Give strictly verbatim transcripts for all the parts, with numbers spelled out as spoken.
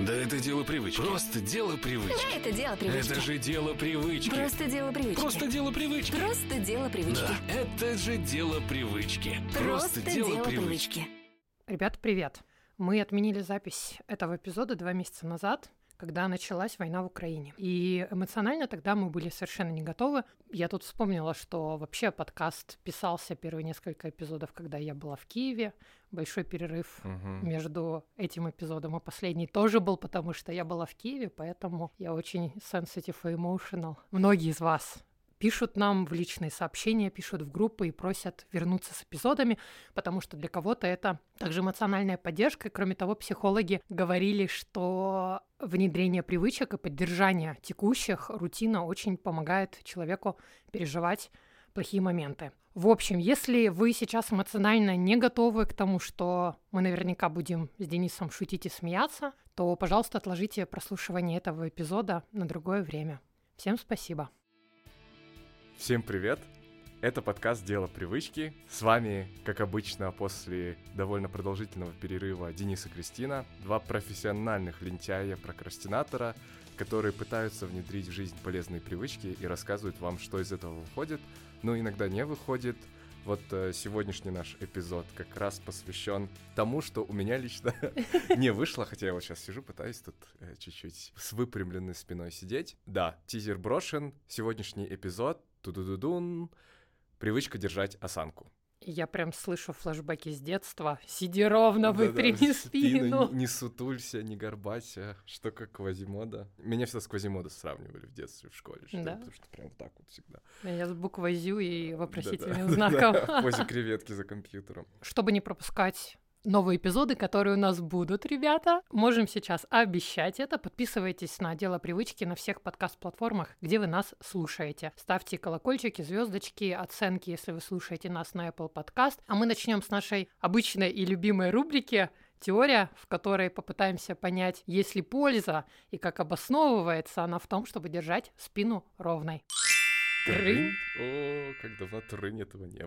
Да это дело привычки. Просто дело привычки. Да, это дело привычки. Это же дело привычки. Просто дело привычки. Просто дело привычки. Просто дело привычки. Да, это же дело привычки. Просто, Просто дело, дело привычки. привычки. Ребят, привет. Мы отменили запись этого эпизода два месяца назад, когда началась война в Украине. И эмоционально тогда мы были совершенно не готовы. Я тут вспомнила, что вообще подкаст писался первые несколько эпизодов, когда я была в Киеве. Большой перерыв угу. между этим эпизодом и последний тоже был, потому что я была в Киеве, поэтому я очень sensitive и emotional. Многие из вас пишут нам в личные сообщения, пишут в группы и просят вернуться с эпизодами, потому что для кого-то это также эмоциональная поддержка. И, кроме того, психологи говорили, что внедрение привычек и поддержание текущих рутина очень помогает человеку переживать плохие моменты. В общем, если вы сейчас эмоционально не готовы к тому, что мы наверняка будем с Денисом шутить и смеяться, то, пожалуйста, отложите прослушивание этого эпизода на другое время. Всем спасибо. Всем привет! Это подкаст «Дело привычки». С вами, как обычно, после довольно продолжительного перерыва Денис и Кристина, два профессиональных лентяя-прокрастинатора, которые пытаются внедрить в жизнь полезные привычки и рассказывают вам, что из этого выходит, но иногда не выходит. Вот э, сегодняшний наш эпизод как раз посвящен тому, что у меня лично не вышло, хотя я вот сейчас сижу, пытаюсь тут э, чуть-чуть с выпрямленной спиной сидеть. Да, тизер брошен, сегодняшний эпизод, ту-ду-ду-дун, привычка держать осанку. Я прям слышу флешбеки с детства. Сиди ровно, выпрями да, да, спину. Не, не сутулься, не горбайся, что как Квазимода. Меня всегда с Квазимода сравнивали в детстве, в школе. Что да? Потому что прям вот так вот всегда. Я с буквой «зю» и вопросительным да, да, знаком. Да, в позе креветки за компьютером. Чтобы не пропускать новые эпизоды, которые у нас будут, ребята, можем сейчас обещать это. Подписывайтесь на «Дело привычки» на всех подкаст-платформах, где вы нас слушаете. Ставьте колокольчики, звездочки, оценки, если вы слушаете нас на Apple Podcast. А мы начнем с нашей обычной и любимой рубрики «Теория», в которой попытаемся понять, есть ли польза и как обосновывается она в том, чтобы держать спину ровной. Трынь. О, как давно трынь этого не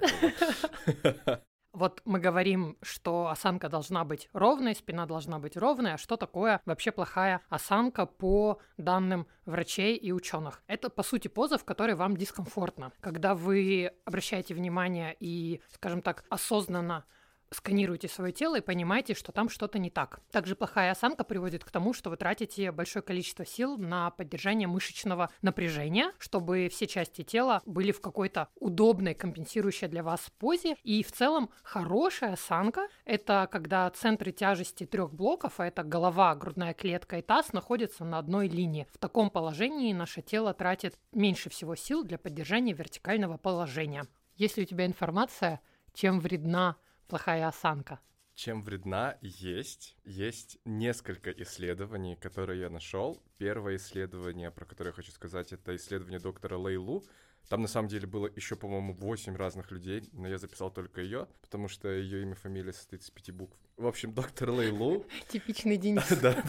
было. Вот мы говорим, что осанка должна быть ровной, спина должна быть ровной, а что такое вообще плохая осанка по данным врачей и ученых? Это, по сути, поза, в которой вам дискомфортно. Когда вы обращаете внимание и, скажем так, осознанно сканируете свое тело и понимаете, что там что-то не так. Также плохая осанка приводит к тому, что вы тратите большое количество сил на поддержание мышечного напряжения, чтобы все части тела были в какой-то удобной, компенсирующей для вас позе. И в целом хорошая осанка – это когда центры тяжести трех блоков, а это голова, грудная клетка и таз, находятся на одной линии. В таком положении наше тело тратит меньше всего сил для поддержания вертикального положения. Есть ли у тебя информация, чем вредна плохая осанка? Чем вредна? Есть. Есть несколько исследований, которые я нашел. Первое исследование, про которое я хочу сказать, это исследование доктора Лейлу. Там, на самом деле, было еще, по-моему, восемь разных людей, но я записал только ее, потому что ее имя, фамилия состоит из пяти букв. В общем, доктор Лейлу... Типичный Денис.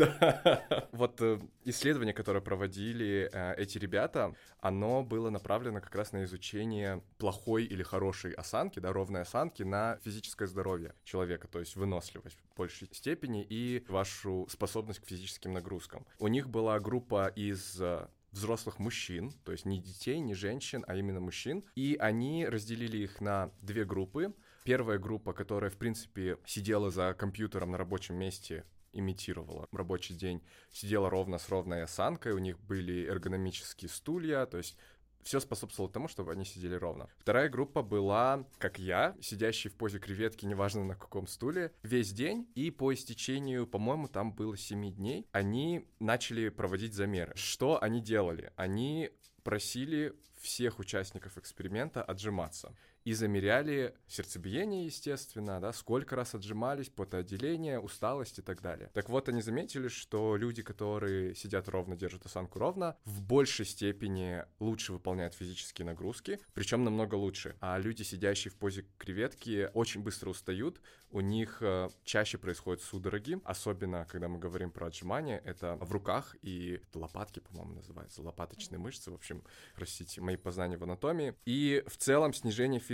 Да-да. Вот исследование, которое проводили эти ребята, оно было направлено как раз на изучение плохой или хорошей осанки, да, ровной осанки на физическое здоровье человека, то есть выносливость в большей степени и вашу способность к физическим нагрузкам. У них была группа из взрослых мужчин, то есть не детей, не женщин, а именно мужчин. И они разделили их на две группы. Первая группа, которая, в принципе, сидела за компьютером на рабочем месте, имитировала рабочий день, сидела ровно с ровной осанкой, у них были эргономические стулья, то есть все способствовало тому, чтобы они сидели ровно. Вторая группа была, как я, сидящий в позе креветки, неважно на каком стуле, весь день, и по истечению, по-моему, там было семь дней, они начали проводить замеры. Что они делали? Они просили всех участников эксперимента отжиматься. И замеряли сердцебиение, естественно, да, сколько раз отжимались, потоотделение, усталость и так далее. Так вот, они заметили, что люди, которые сидят ровно, держат осанку ровно, в большей степени лучше выполняют физические нагрузки, причем намного лучше. А люди, сидящие в позе креветки, очень быстро устают, у них э, чаще происходят судороги, особенно, когда мы говорим про отжимания, это в руках и лопатки, по-моему, называются, лопаточные мышцы, в общем, простите, мои познания в анатомии. И в целом снижение физических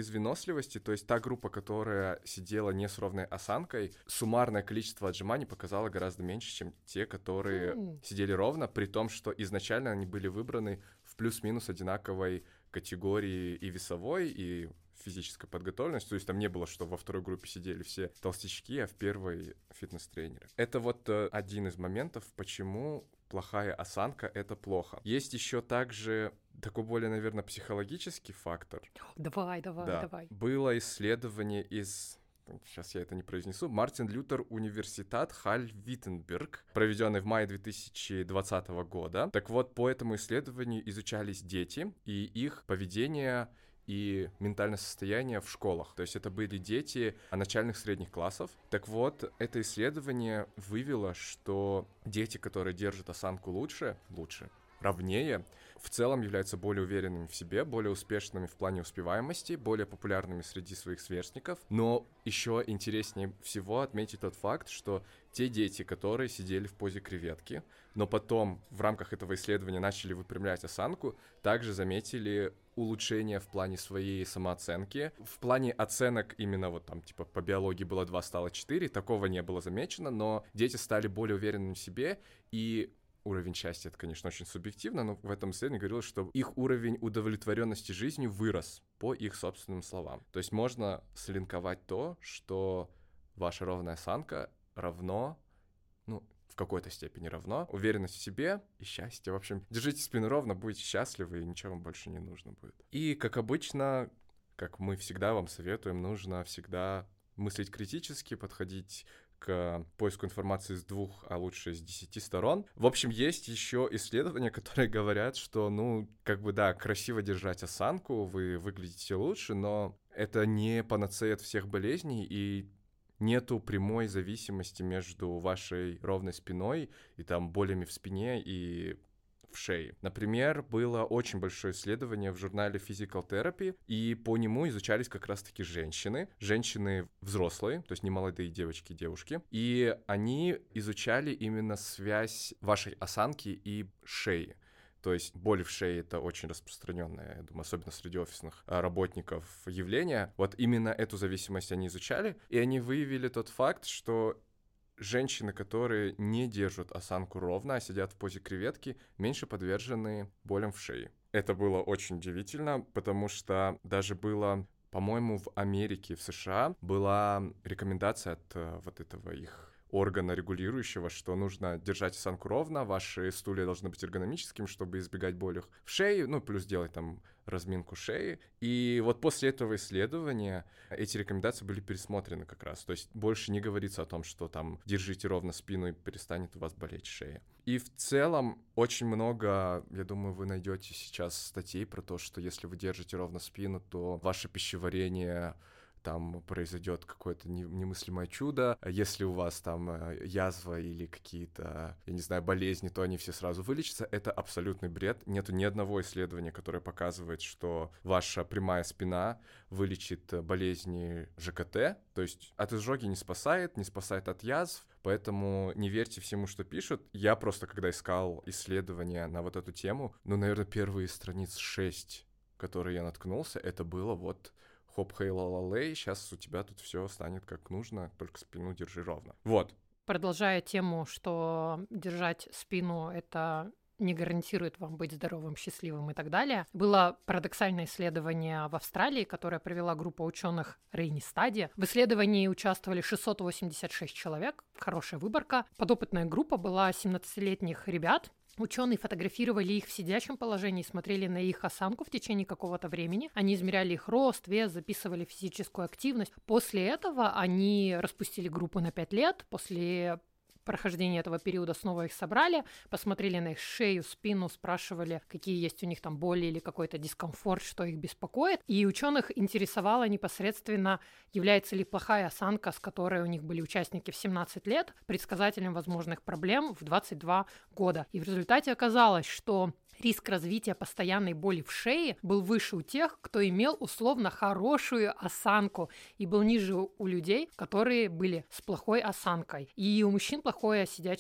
из выносливости, то есть та группа, которая сидела не с ровной осанкой, суммарное количество отжиманий показало гораздо меньше, чем те, которые mm. сидели ровно, при том, что изначально они были выбраны в плюс-минус одинаковой категории и весовой, и физической подготовленности, то есть там не было, что во второй группе сидели все толстячки, а в первой фитнес-тренеры. Это вот э, один из моментов, почему плохая осанка — это плохо. Есть еще также такой более, наверное, психологический фактор. Давай, давай, да. давай. Было исследование из... Сейчас я это не произнесу. Мартин Лютер Университет Халь-Виттенберг, проведенный в мае две тысячи двадцатого года. Так вот, по этому исследованию изучались дети и их поведение и ментальное состояние в школах. То есть это были дети начальных средних классов. Так вот, это исследование вывело, что дети, которые держат осанку лучше, лучше, ровнее, в целом являются более уверенными в себе, более успешными в плане успеваемости, более популярными среди своих сверстников. Но еще интереснее всего отметить тот факт, что те дети, которые сидели в позе креветки, но потом в рамках этого исследования начали выпрямлять осанку, также заметили улучшение в плане своей самооценки. В плане оценок именно вот там типа по биологии было два, стало четыре, такого не было замечено, но дети стали более уверенными в себе, и уровень счастья — это, конечно, очень субъективно, но в этом исследовании говорилось, что их уровень удовлетворенности жизнью вырос, по их собственным словам. То есть можно слинковать то, что ваша ровная осанка равно, ну, в какой-то степени равно уверенность в себе и счастье. В общем, держите спину ровно, будете счастливы, и ничего вам больше не нужно будет. И, как обычно, как мы всегда вам советуем, нужно всегда мыслить критически, подходить к поиску информации с двух, а лучше с десяти сторон. В общем, есть еще исследования, которые говорят, что, ну, как бы, да, красиво держать осанку, вы выглядите лучше, но это не панацея от всех болезней, и нету прямой зависимости между вашей ровной спиной и там болями в спине и в шее. Например, было очень большое исследование в журнале Physical Therapy, и по нему изучались как раз-таки женщины, женщины взрослые, то есть не молодые девочки, девушки, и они изучали именно связь вашей осанки и шеи. То есть боли в шее — это очень распространенное, я думаю, особенно среди офисных работников явление. Вот именно эту зависимость они изучали, и они выявили тот факт, что женщины, которые не держат осанку ровно, а сидят в позе креветки, меньше подвержены болям в шее. Это было очень удивительно, потому что даже было, по-моему, в Америке, в США была рекомендация от вот этого их органа регулирующего, что нужно держать осанку ровно, ваши стулья должны быть эргономическими, чтобы избегать боли в шее, ну, плюс делать там разминку шеи. И вот после этого исследования эти рекомендации были пересмотрены как раз. То есть больше не говорится о том, что там держите ровно спину и перестанет у вас болеть шея. И в целом очень много, я думаю, вы найдете сейчас статей про то, что если вы держите ровно спину, то ваше пищеварение там произойдет какое-то немыслимое чудо. Если у вас там язва или какие-то, я не знаю, болезни, то они все сразу вылечатся. Это абсолютный бред. Нету ни одного исследования, которое показывает, что ваша прямая спина вылечит болезни ЖКТ. То есть от изжоги не спасает, не спасает от язв. Поэтому не верьте всему, что пишут. Я просто, когда искал исследования на вот эту тему, ну, наверное, первые страниц шесть, которые я наткнулся, это было вот хоп-хей-ла-ла-лей, сейчас у тебя тут все станет как нужно, только спину держи ровно. Вот. Продолжая тему, что держать спину — это не гарантирует вам быть здоровым, счастливым и так далее. Было парадоксальное исследование в Австралии, которое провела группа ученых Rainy Study. В исследовании участвовали шестьсот восемьдесят шесть человек, хорошая выборка. Подопытная группа была семнадцатилетних ребят. Ученые фотографировали их в сидячем положении, смотрели на их осанку в течение какого-то времени. Они измеряли их рост, вес, записывали физическую активность. После этого они распустили группу на пять лет. После прохождения этого периода снова их собрали, посмотрели на их шею, спину, спрашивали, какие есть у них там боли или какой-то дискомфорт, что их беспокоит. И ученых интересовало непосредственно, является ли плохая осанка, с которой у них были участники в семнадцать лет, предсказателем возможных проблем в двадцать два года. И в результате оказалось, что риск развития постоянной боли в шее был выше у тех, кто имел условно хорошую осанку, и был ниже у людей, которые были с плохой осанкой. И у мужчин плохое сидячее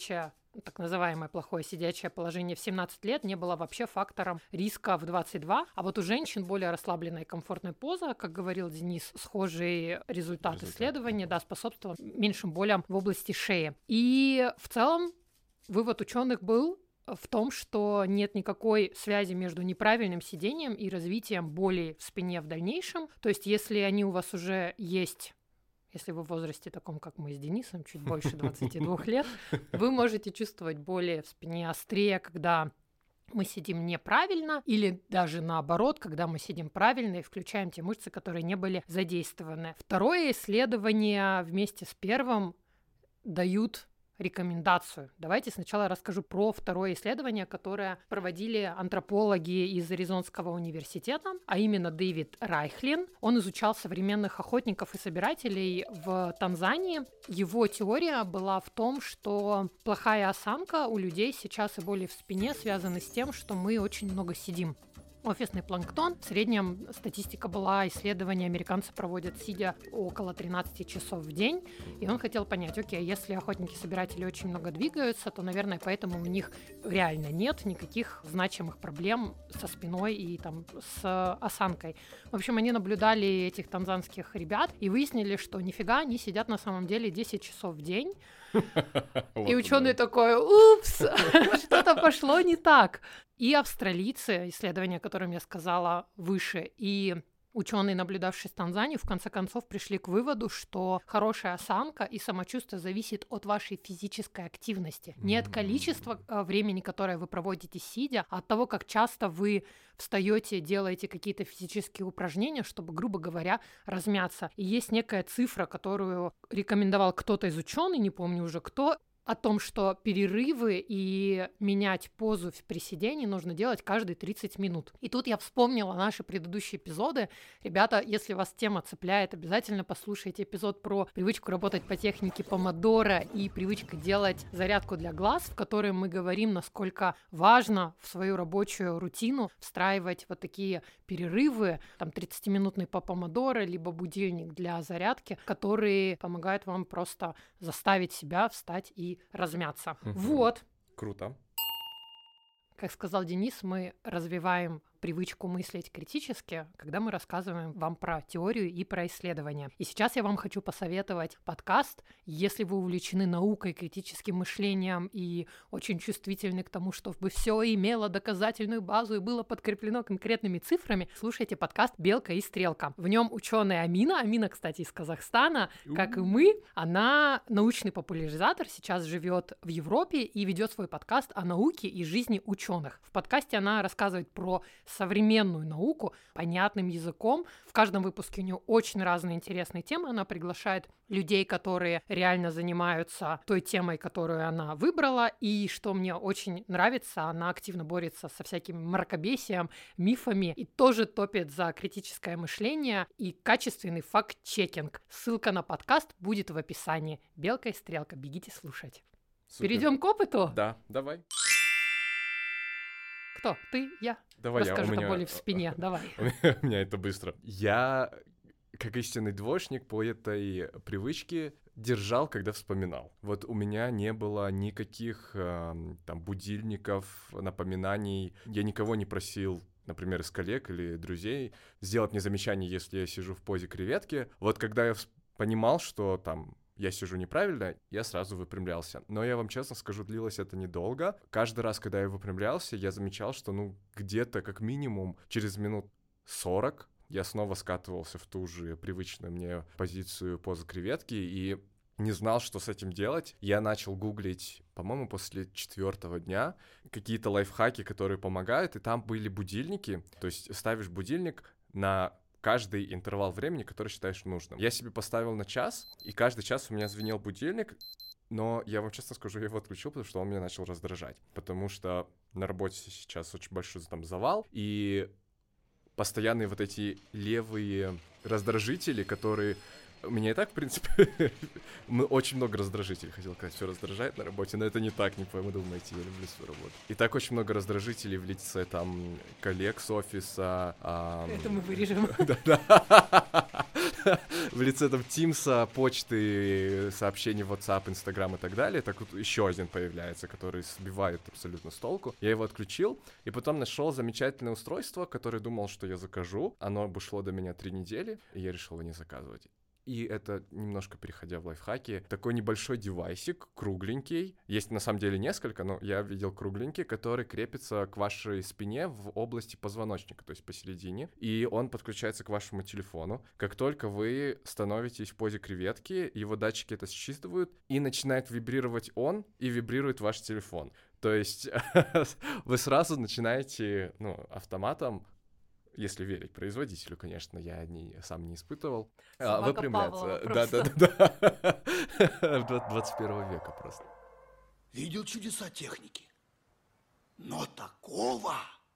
так называемое плохое сидячее положение в семнадцать лет не было вообще фактором риска в двадцать два, а вот у женщин более расслабленная и комфортная поза, как говорил Денис, схожий результат, результат. исследования, да, способствовал меньшим болям в области шеи. И в целом вывод ученых был в том, что нет никакой связи между неправильным сидением и развитием боли в спине в дальнейшем. То есть если они у вас уже есть... Если вы в возрасте таком, как мы с Денисом, чуть больше двадцати двух лет, вы можете чувствовать боли в спине острее, когда мы сидим неправильно, или даже наоборот, когда мы сидим правильно и включаем те мышцы, которые не были задействованы. Второе исследование вместе с первым дают рекомендацию. Давайте сначала расскажу про второе исследование, которое проводили антропологи из Аризонского университета, а именно Дэвид Райхлин. Он изучал современных охотников и собирателей в Танзании. Его теория была в том, что плохая осанка у людей сейчас и боли в спине связаны с тем, что мы очень много сидим. Офисный планктон. В среднем статистика была, исследования американцы проводят, сидя около тринадцати часов в день. И он хотел понять, окей, если охотники-собиратели очень много двигаются, то, наверное, поэтому у них реально нет никаких значимых проблем со спиной и там с осанкой. В общем, они наблюдали этих танзанских ребят и выяснили, что нифига, они сидят на самом деле десять часов в день. И ученый такой, упс, что-то пошло не так. И австралийцы, исследования, о котором я сказала выше, и ученые, наблюдавшие Танзанию, в конце концов пришли к выводу, что хорошая осанка и самочувствие зависит от вашей физической активности. Не от количества времени, которое вы проводите сидя, а от того, как часто вы встаете, делаете какие-то физические упражнения, чтобы, грубо говоря, размяться. И есть некая цифра, которую рекомендовал кто-то из ученых, не помню уже кто, о том, что перерывы и менять позу при сидении нужно делать каждые тридцать минут. И тут я вспомнила наши предыдущие эпизоды. Ребята, если вас тема цепляет, обязательно послушайте эпизод про привычку работать по технике помодоро и привычка делать зарядку для глаз, в которой мы говорим, насколько важно в свою рабочую рутину встраивать вот такие перерывы, там тридцатиминутный по помодоро, либо будильник для зарядки, которые помогают вам просто заставить себя встать и размяться. Угу. Вот. Круто. Как сказал Денис, мы развиваем привычку мыслить критически, когда мы рассказываем вам про теорию и про исследования. И сейчас я вам хочу посоветовать подкаст. Если вы увлечены наукой, критическим мышлением и очень чувствительны к тому, чтобы все имело доказательную базу и было подкреплено конкретными цифрами, слушайте подкаст «Белка и стрелка». В нем ученая Амина, Амина, кстати, из Казахстана, как и мы, она научный популяризатор, сейчас живет в Европе и ведет свой подкаст о науке и жизни ученых. В подкасте она рассказывает про современную науку понятным языком. В каждом выпуске у нее очень разные интересные темы. Она приглашает людей, которые реально занимаются той темой, которую она выбрала. И что мне очень нравится, она активно борется со всяким мракобесием, мифами и тоже топит за критическое мышление и качественный факт-чекинг. Ссылка на подкаст будет в описании. Белка и стрелка. Бегите слушать. Супер. Перейдем к опыту? Да, давай. Кто? Ты? Я? Давай я. Расскажи У меня... о боли в спине. Давай. У меня это быстро. Я, как истинный двоечник, по этой привычке держал, когда вспоминал. Вот у меня не было никаких э, там будильников, напоминаний. Я никого не просил, например, из коллег или друзей, сделать мне замечание, если я сижу в позе креветки. Вот когда я понимал, что там я сижу неправильно, я сразу выпрямлялся. Но я вам честно скажу, длилось это недолго. Каждый раз, когда я выпрямлялся, я замечал, что ну где-то как минимум через минут сорок я снова скатывался в ту же привычную мне позицию позы креветки и не знал, что с этим делать. Я начал гуглить, по-моему, после четвертого дня какие-то лайфхаки, которые помогают, и там были будильники. То есть ставишь будильник на каждый интервал времени, который считаешь нужным. Я себе поставил на час, и каждый час у меня звенел будильник, но я вам честно скажу, я его отключил, потому что он меня начал раздражать, потому что на работе сейчас очень большой там завал, и постоянные вот эти левые раздражители, которые... У меня и так, в принципе, очень много раздражителей. Хотел сказать, все раздражает на работе, но это не так, не вы думаете, я люблю свою работу. И так очень много раздражителей в лице там коллег с офиса. Это мы вырежем. Да-да. в лице там Тимса, почты, сообщений в WhatsApp, Instagram и так далее. Так вот еще один появляется, который сбивает абсолютно с толку. Я его отключил, и потом нашел замечательное устройство, которое думал, что я закажу. Оно бы шло до меня три недели, и я решил его не заказывать. И это, немножко переходя в лайфхаки, такой небольшой девайсик, кругленький. Есть на самом деле несколько, но я видел кругленький, который крепится к вашей спине в области позвоночника, то есть посередине. И он подключается к вашему телефону. Как только вы становитесь в позе креветки, его датчики это считывают, и начинает вибрировать он, и вибрирует ваш телефон. То есть вы сразу начинаете, ну, автоматом, если верить производителю, конечно, я не, сам не испытывал, а, выпрямляться. Да-да-да. двадцать первого века просто. Видел чудеса техники, но такого...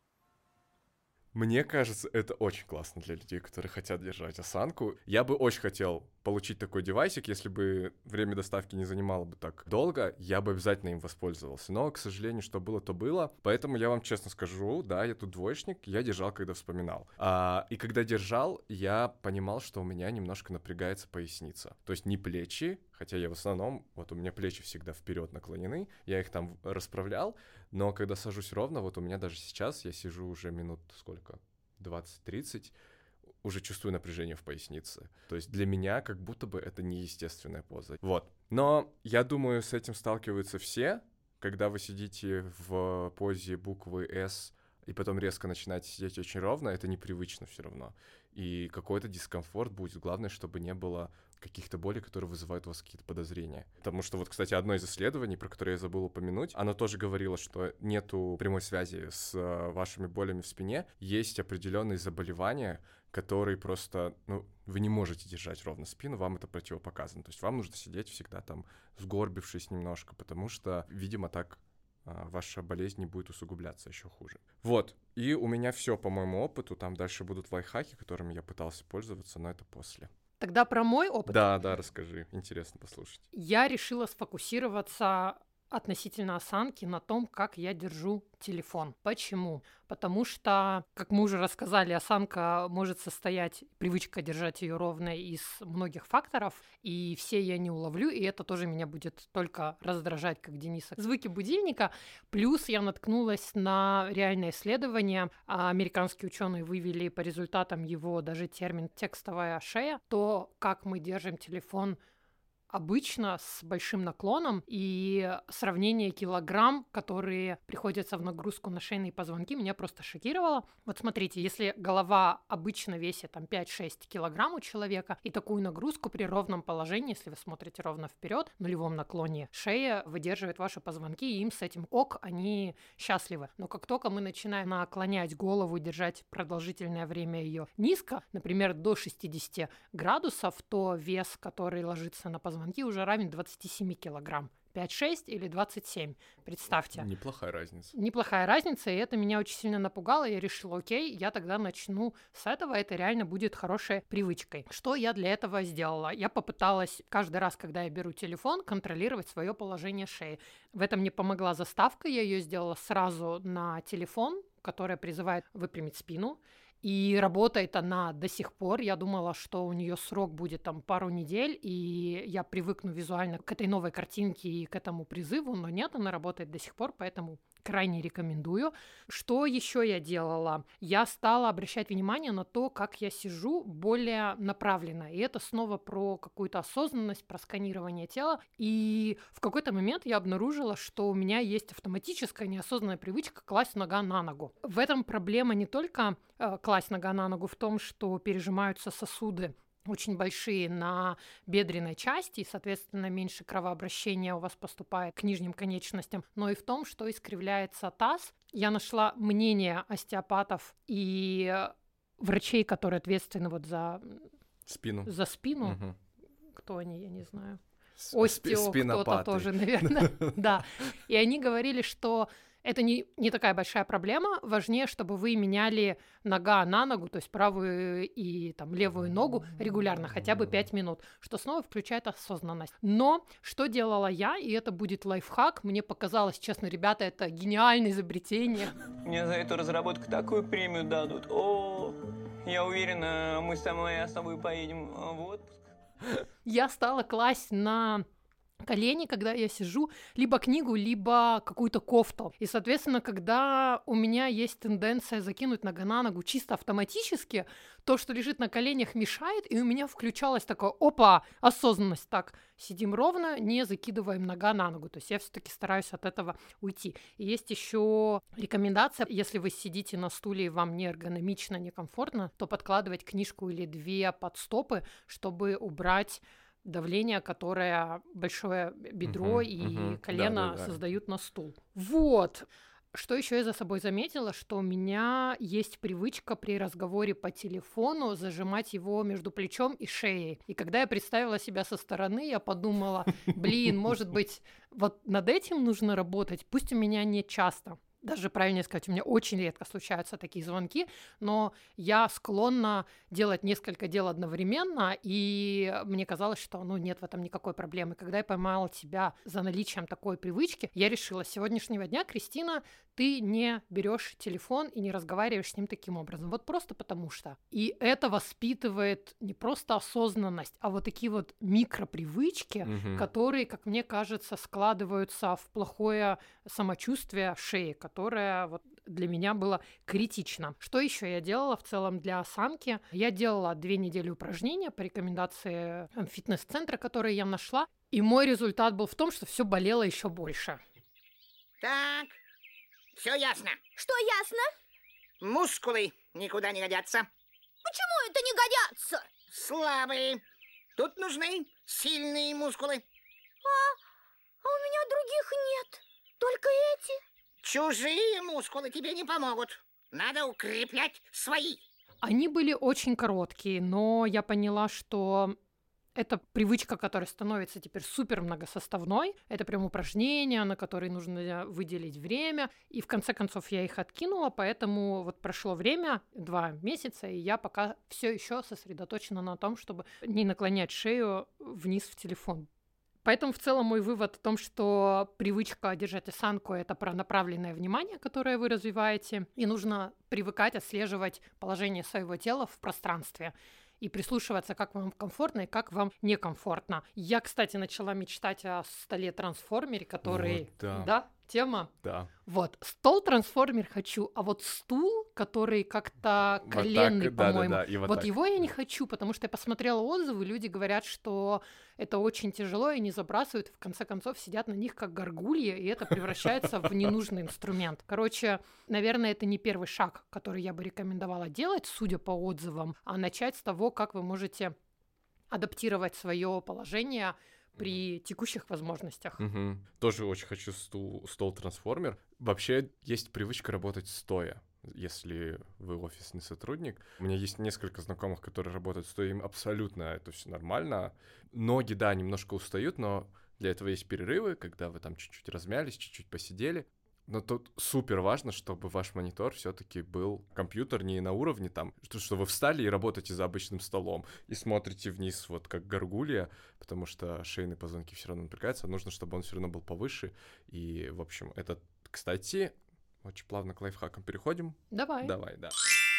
Мне кажется, это очень классно для людей, которые хотят держать осанку. Я бы очень хотел получить такой девайсик, если бы время доставки не занимало бы так долго, я бы обязательно им воспользовался. Но, к сожалению, что было, то было. Поэтому я вам честно скажу, да, я тут двоечник, я держал, когда вспоминал. А, и когда держал, я понимал, что у меня немножко напрягается поясница. То есть не плечи, хотя я в основном, вот у меня плечи всегда вперед наклонены, я их там расправлял, но когда сажусь ровно, вот у меня даже сейчас, я сижу уже минут сколько, двадцать-тридцать, уже чувствую напряжение в пояснице. То есть для меня как будто бы это неестественная поза. Вот. Но я думаю, с этим сталкиваются все, когда вы сидите в позе буквы «С», и потом резко начинаете сидеть очень ровно, это непривычно все равно. И какой-то дискомфорт будет. Главное, чтобы не было каких-то болей, которые вызывают у вас какие-то подозрения. Потому что вот, кстати, одно из исследований, про которое я забыл упомянуть, оно тоже говорило, что нету прямой связи с вашими болями в спине. Есть определенные заболевания, которые просто, ну, вы не можете держать ровно спину, вам это противопоказано. То есть вам нужно сидеть всегда там, сгорбившись немножко, потому что, видимо, так ваша болезнь не будет усугубляться еще хуже. Вот, и у меня все по моему опыту, там дальше будут лайфхаки, которыми я пытался пользоваться, но это после. Тогда про мой опыт. Да, да, расскажи, интересно послушать. Я решила сфокусироваться относительно осанки на том, как я держу телефон. Почему? Потому что, как мы уже рассказали, осанка может состоять, привычка держать ее ровно, из многих факторов, и все я не уловлю, и это тоже меня будет только раздражать, как Дениса. Звуки будильника. Плюс я наткнулась на реальное исследование. Американские ученые вывели по результатам его даже термин «текстовая шея», то, как мы держим телефон обычно с большим наклоном, и сравнение килограмм, которые приходятся в нагрузку на шейные позвонки, меня просто шокировало. Вот смотрите, если голова обычно весит там пять-шесть килограмм у человека, и такую нагрузку при ровном положении, если вы смотрите ровно вперед, в нулевом наклоне, шея выдерживает ваши позвонки, и им с этим ок, они счастливы. Но как только мы начинаем наклонять голову, держать продолжительное время ее низко, например, до шестьдесят градусов, то вес, который ложится на позвонки, уже равен двадцати семи килограмм. пять-шесть или двадцать семь, представьте. Неплохая разница. Неплохая разница, и это меня очень сильно напугало. Я решила, окей, я тогда начну с этого, это реально будет хорошей привычкой. Что я для этого сделала? Я попыталась каждый раз, когда я беру телефон, контролировать свое положение шеи. В этом мне помогла заставка, я ее сделала сразу на телефон, которая призывает выпрямить спину. И работает она до сих пор. Я думала, что у нее срок будет там пару недель, и я привыкну визуально к этой новой картинке и к этому призыву, но нет, она работает до сих пор, поэтому крайне рекомендую. Что еще я делала? Я стала обращать внимание на то, как я сижу более направленно. И это снова про какую-то осознанность, про сканирование тела. И в какой-то момент я обнаружила, что у меня есть автоматическая неосознанная привычка класть нога на ногу. В этом проблема не только э, класть нога на ногу в том, что пережимаются сосуды очень большие на бедренной части, и, соответственно, меньше кровообращения у вас поступает к нижним конечностям, но и в том, что искривляется таз. Я нашла мнение остеопатов и врачей, которые ответственны вот за спину. За спину. Угу. Кто они, я не знаю. С- Остео спинопаты. кто-то тоже, наверное. Да. И они говорили, что это не, не такая большая проблема. Важнее, чтобы вы меняли нога на ногу, то есть правую и там, левую ногу регулярно, хотя бы пять минут, что снова включает осознанность. Но что делала я, и это будет лайфхак, мне показалось, честно, ребята, это гениальное изобретение. Мне за эту разработку такую премию дадут. О, Я уверена, мы с тобой, с тобой поедем в отпуск. Я стала класть на колени, когда я сижу, либо книгу, либо какую-то кофту. И, соответственно, когда у меня есть тенденция закинуть нога на ногу чисто автоматически, то, что лежит на коленях, мешает, и у меня включалась такая, опа, осознанность. Так, сидим ровно, не закидываем нога на ногу. То есть я все-таки стараюсь от этого уйти. И есть еще рекомендация, если вы сидите на стуле и вам не эргономично, некомфортно, то подкладывать книжку или две под стопы, чтобы убрать давление, которое большое бедро Мгм, и мгм. колено Да-да-да. создают на стул. Вот. Что еще я за собой заметила, что у меня есть привычка при разговоре по телефону зажимать его между плечом и шеей. И когда я представила себя со стороны, я подумала, блин, может быть, вот над этим нужно работать, пусть у меня не часто. Даже правильнее сказать, у меня очень редко случаются такие звонки, но я склонна делать несколько дел одновременно, и мне казалось, что ну, нет в этом никакой проблемы. Когда я поймала себя за наличием такой привычки, я решила, с сегодняшнего дня, Кристина, ты не берешь телефон и не разговариваешь с ним таким образом. Вот просто потому что. И это воспитывает не просто осознанность, а вот такие вот микропривычки, Мгм. которые, как мне кажется, складываются в плохое самочувствие шеи, которое вот для меня было критично. Что еще я делала в целом для осанки? Я делала две недели упражнения по рекомендации э, фитнес-центра, которые я нашла, и мой результат был в том, что все болело еще больше. Так, все ясно. Что ясно? Мускулы никуда не годятся. Почему это не годятся? Слабые. Тут нужны сильные мускулы. А у меня других нет. Только эти. Чужие мускулы тебе не помогут. Надо укреплять свои. Они были очень короткие, но я поняла, что это привычка, которая становится теперь супер многосоставной. Это прям упражнения, на которые нужно выделить время. И в конце концов я их откинула, поэтому вот прошло время, два месяца, и я пока все еще сосредоточена на том, чтобы не наклонять шею вниз в телефон. Поэтому в целом мой вывод о том, что привычка держать осанку – это про направленное внимание, которое вы развиваете, и нужно привыкать отслеживать положение своего тела в пространстве и прислушиваться, как вам комфортно и как вам некомфортно. Я, кстати, начала мечтать о столе-трансформере, который… Вот, да. да, тема? Да. Вот, стол-трансформер хочу, а вот стул, который как-то Вот коленный, так, да, да, по-моему, да, и вот вот так. его я не хочу, потому что я посмотрела отзывы, люди говорят, что это очень тяжело, и не забрасывают, в конце концов сидят на них как горгульи, и это превращается в ненужный инструмент. Короче, наверное, это не первый шаг, который я бы рекомендовала делать, судя по отзывам, а начать с того, как вы можете адаптировать свое положение при текущих возможностях. Мгм. Тоже очень хочу стул, стол-трансформер. Вообще есть привычка работать стоя, если вы офисный сотрудник. У меня есть несколько знакомых, которые работают стоя, им абсолютно это все нормально. Ноги, да, немножко устают, но для этого есть перерывы, когда вы там чуть-чуть размялись, чуть-чуть посидели. Но тут супер важно, чтобы ваш монитор все-таки был компьютер не на уровне там, что, что вы встали и работаете за обычным столом и смотрите вниз вот как горгулья, потому что шейные позвонки все равно напрягаются, нужно, чтобы он все равно был повыше. И, в общем, это, кстати, очень плавно к лайфхакам переходим. Давай. Давай, да.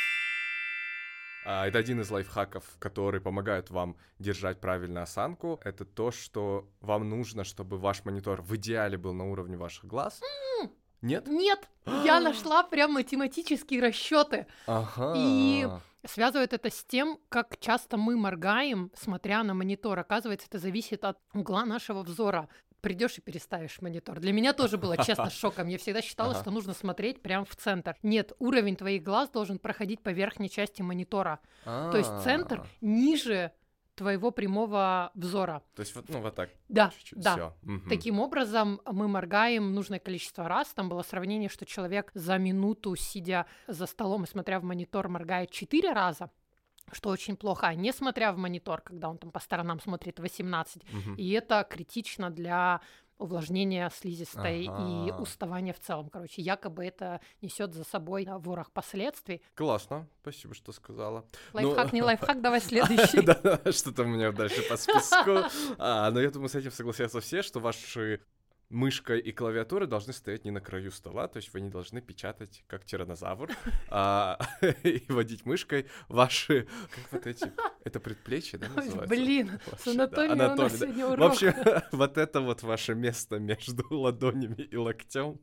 А, Это один из лайфхаков, которые помогают вам держать правильно осанку. Это то, что вам нужно, чтобы ваш монитор в идеале был на уровне ваших глаз. Нет? Нет, я нашла прям математические расчеты. Ага. И связывает это с тем, как часто мы моргаем, смотря на монитор. Оказывается, это зависит от угла нашего взора. Придешь и переставишь монитор. Для меня тоже было, честно, шоком. Я всегда считала, Ага. что нужно смотреть прямо в центр. Нет, уровень твоих глаз должен проходить по верхней части монитора. То есть центр А, ниже твоего прямого взора. То есть вот, ну, вот так. Да, Чуть-чуть. да. Всё. Мгм. Таким образом, мы моргаем нужное количество раз. Там было сравнение, что человек за минуту, сидя за столом и смотря в монитор, моргает четыре раза, что очень плохо, а не смотря в монитор, когда он там по сторонам смотрит восемнадцать. Мгм. И это критично для увлажнения слизистой и Ага. уставания в целом. Короче, якобы это несет за собой а, ворох последствий. Классно. Спасибо, что сказала. Лайфхак, Ну, не лайфхак, давай следующий. Да, что-то у меня дальше по списку. А, но я думаю, с этим согласятся все, что ваши мышка и клавиатура должны стоять не на краю стола, то есть вы не должны печатать как тираннозавр а, и водить мышкой ваши, как вот эти, это предплечье, да, называется? Блин, Ваши, с анатомией да, у нас да. сегодня урок. В общем, вот это вот ваше место между ладонями и локтем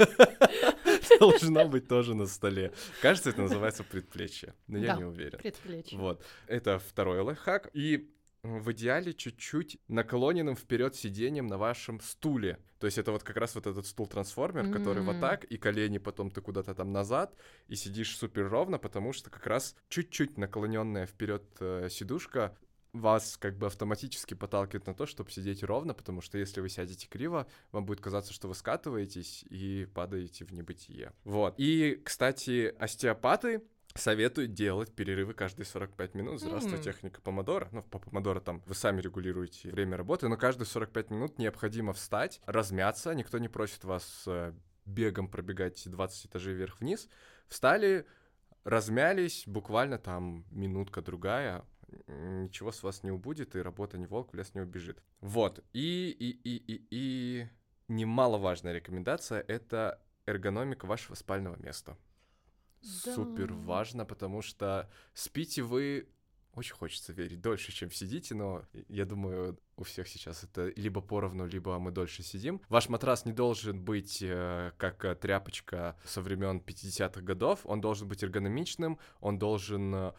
должно быть тоже на столе. Кажется, это называется предплечье, но я Да, не уверен. предплечье. Вот, это второй лайфхак. И в идеале чуть-чуть наклоненным вперед сиденьем на вашем стуле. То есть это вот как раз вот этот стул-трансформер, mm-hmm. который вот так, и колени потом ты куда-то там назад, и сидишь супер ровно, потому что как раз чуть-чуть наклоненная вперед э, сидушка вас как бы автоматически подталкивает на то, чтобы сидеть ровно, потому что если вы сядете криво, вам будет казаться, что вы скатываетесь и падаете в небытие. Вот. И, кстати, остеопаты советуют делать перерывы каждые сорок пять минут. Здравствуй, mm. техника помодоро. Ну, по помодоро там вы сами регулируете время работы, но каждые сорок пять минут необходимо встать, размяться. Никто не просит вас э, бегом пробегать двадцать этажей вверх-вниз. Встали, размялись, буквально там минутка-другая. Ничего с вас не убудет, и работа не волк, в лес не убежит. Вот. И, и, и, и, и немаловажная рекомендация — это эргономика вашего спального места. Да. Супер важно, потому что спите вы, очень хочется верить, дольше, чем сидите, но я думаю, у всех сейчас это либо поровну, либо мы дольше сидим. Ваш матрас не должен быть э, как тряпочка со времен пятидесятых годов, он должен быть эргономичным, он должен э,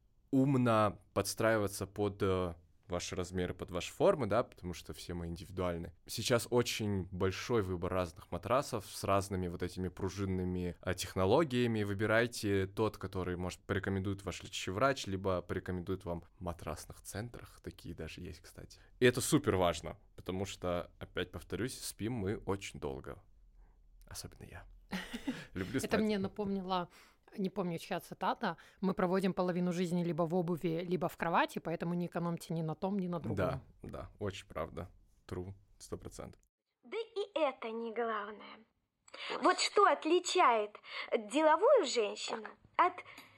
умно подстраиваться под э, ваши размеры, под ваши формы, да, потому что все мы индивидуальны. Сейчас очень большой выбор разных матрасов с разными вот этими пружинными а, технологиями. Выбирайте тот, который, может, порекомендует ваш лечащий врач, либо порекомендует вам в матрасных центрах. Такие даже есть, кстати. И это супер важно, потому что, опять повторюсь, спим мы очень долго. Особенно я. Люблю спать. Это мне напомнило... Не помню, чья цитата. Мы проводим половину жизни либо в обуви, либо в кровати, поэтому не экономьте ни на том, ни на другом. Да, да, очень правда. True, сто процентов. Да и это не главное. Вот что отличает деловую женщину от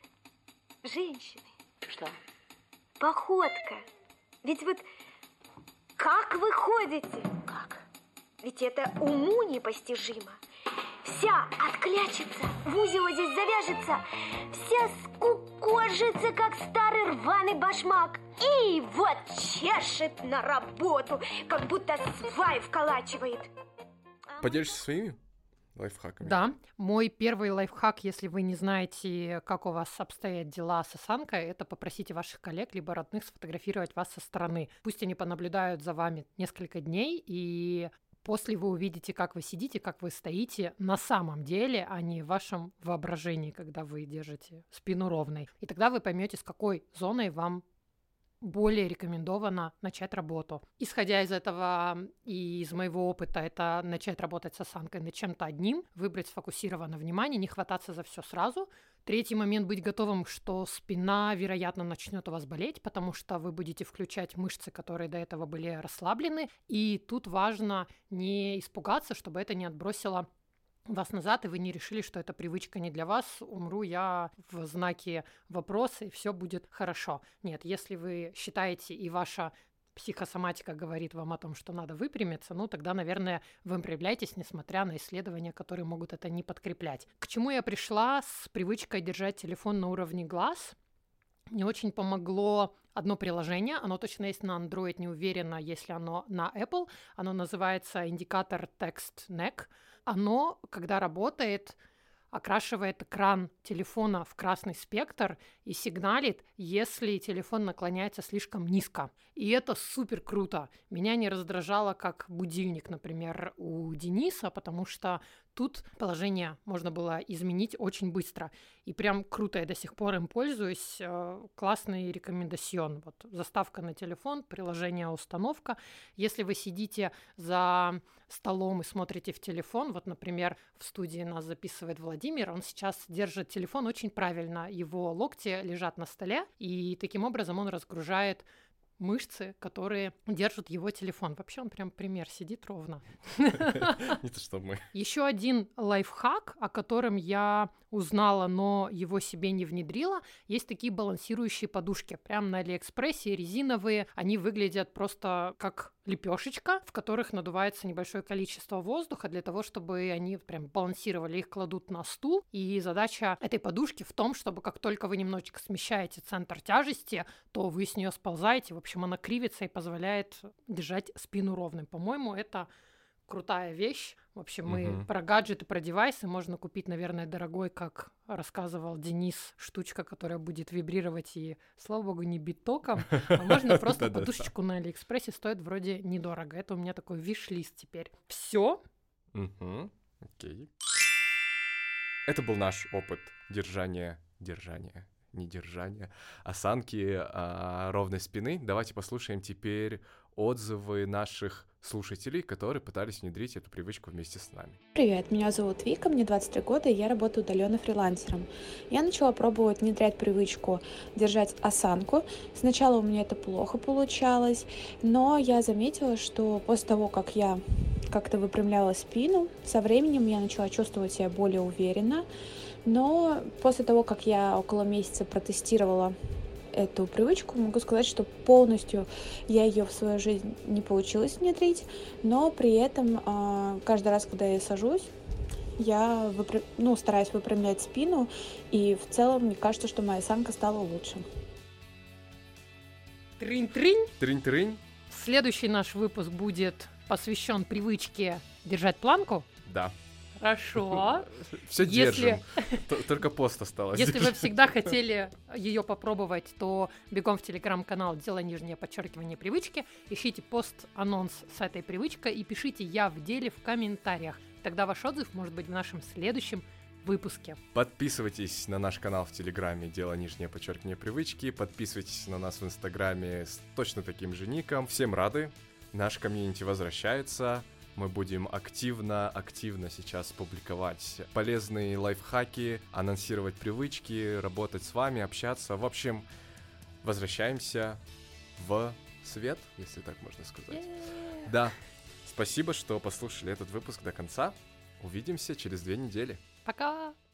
женщины? Что? Походка. Ведь вот как вы ходите? Как? Ведь это уму непостижимо. Вся отклячется, в узел здесь завяжется, вся скукожится, как старый рваный башмак. И вот чешет на работу, как будто свай вколачивает. Поделишься своими лайфхаками? Да, мой первый лайфхак, если вы не знаете, как у вас обстоят дела с осанкой, это попросите ваших коллег либо родных сфотографировать вас со стороны. Пусть они понаблюдают за вами несколько дней, и после вы увидите, как вы сидите, как вы стоите на самом деле, а не в вашем воображении, когда вы держите спину ровной. И тогда вы поймете, с какой зоной вам более рекомендовано начать работу. Исходя из этого и из моего опыта, это начать работать с осанкой над чем-то одним, выбрать сфокусированное внимание, не хвататься за все сразу. Третий момент — быть готовым, что спина, вероятно, начнет у вас болеть, потому что вы будете включать мышцы, которые до этого были расслаблены. И тут важно не испугаться, чтобы это не отбросило вас назад, и вы не решили, что эта привычка не для вас, умру я в знаке вопроса, и все будет хорошо. Нет, если вы считаете, и ваша психосоматика говорит вам о том, что надо выпрямиться, ну тогда, наверное, вы проявляетесь, несмотря на исследования, которые могут это не подкреплять. К чему я пришла с привычкой держать телефон на уровне глаз? Мне очень помогло одно приложение, оно точно есть на Android, не уверена, если оно на Apple, оно называется индикатор Text Neck. Оно, когда работает, окрашивает экран телефона в красный спектр и сигналит, если телефон наклоняется слишком низко. И это супер круто. Меня не раздражало, как будильник, например, у Дениса, потому что тут положение можно было изменить очень быстро. И прям круто, я до сих пор им пользуюсь. Классный рекомендацион. Вот заставка на телефон, приложение установка. Если вы сидите за столом и смотрите в телефон, вот, например, в студии нас записывает Владимир, он сейчас держит телефон очень правильно, его локти лежат на столе, и таким образом он разгружает мышцы, которые держат его телефон. Вообще он прям пример, сидит ровно. Не то, что мы. Еще один лайфхак, о котором я узнала, но его себе не внедрила. Есть такие балансирующие подушки. Прямо на Алиэкспрессе, резиновые. Они выглядят просто как лепешечка, в которых надувается небольшое количество воздуха для того, чтобы они прям балансировали. Их кладут на стул. И задача этой подушки в том, чтобы как только вы немножечко смещаете центр тяжести, то вы с нее сползаете. В общем, она кривится и позволяет держать спину ровной. По-моему, это крутая вещь. В общем, мы Мгм. про гаджеты, про девайсы можно купить, наверное, дорогой, как рассказывал Денис, штучка, которая будет вибрировать и, слава богу, не бить током. А можно просто Да-да-да. подушечку на Алиэкспрессе, стоит вроде недорого. Это у меня такой виш-лист теперь. Все. Мгм. Окей. Это был наш опыт держания, держания, не держания, осанки а, ровной спины. Давайте послушаем теперь отзывы наших слушателей, которые пытались внедрить эту привычку вместе с нами. Привет, меня зовут Вика, мне двадцать три года, и я работаю удаленно фрилансером. Я начала пробовать внедрять привычку держать осанку. Сначала у меня это плохо получалось, но я заметила, что после того, как я как-то выпрямляла спину, со временем я начала чувствовать себя более уверенно. Но после того, как я около месяца протестировала эту привычку, могу сказать, что полностью я ее в свою жизнь не получилось внедрить, но при этом э, каждый раз, когда я сажусь, я выпря... ну, стараюсь выпрямлять спину, и в целом мне кажется, что моя осанка стала лучше. Трынь-трынь. Трынь-трынь. Следующий наш выпуск будет посвящен привычке держать планку. Да. Хорошо. Все Если- держим. Т- Только пост осталось. Если вы всегда хотели ее попробовать, то бегом в телеграм-канал «Дело нижнее подчеркивание привычки», ищите пост-анонс с этой привычкой и пишите «Я в деле» в комментариях. Тогда ваш отзыв может быть в нашем следующем выпуске. Подписывайтесь на наш канал в Телеграме «Дело нижнее подчеркивание привычки». Подписывайтесь на нас в Инстаграме с точно таким же ником. Всем рады. Наш комьюнити возвращается. Мы будем активно-активно сейчас публиковать полезные лайфхаки, анонсировать привычки, работать с вами, общаться. В общем, возвращаемся в свет, если так можно сказать. Да. Спасибо, что послушали этот выпуск до конца. Увидимся через две недели. Пока!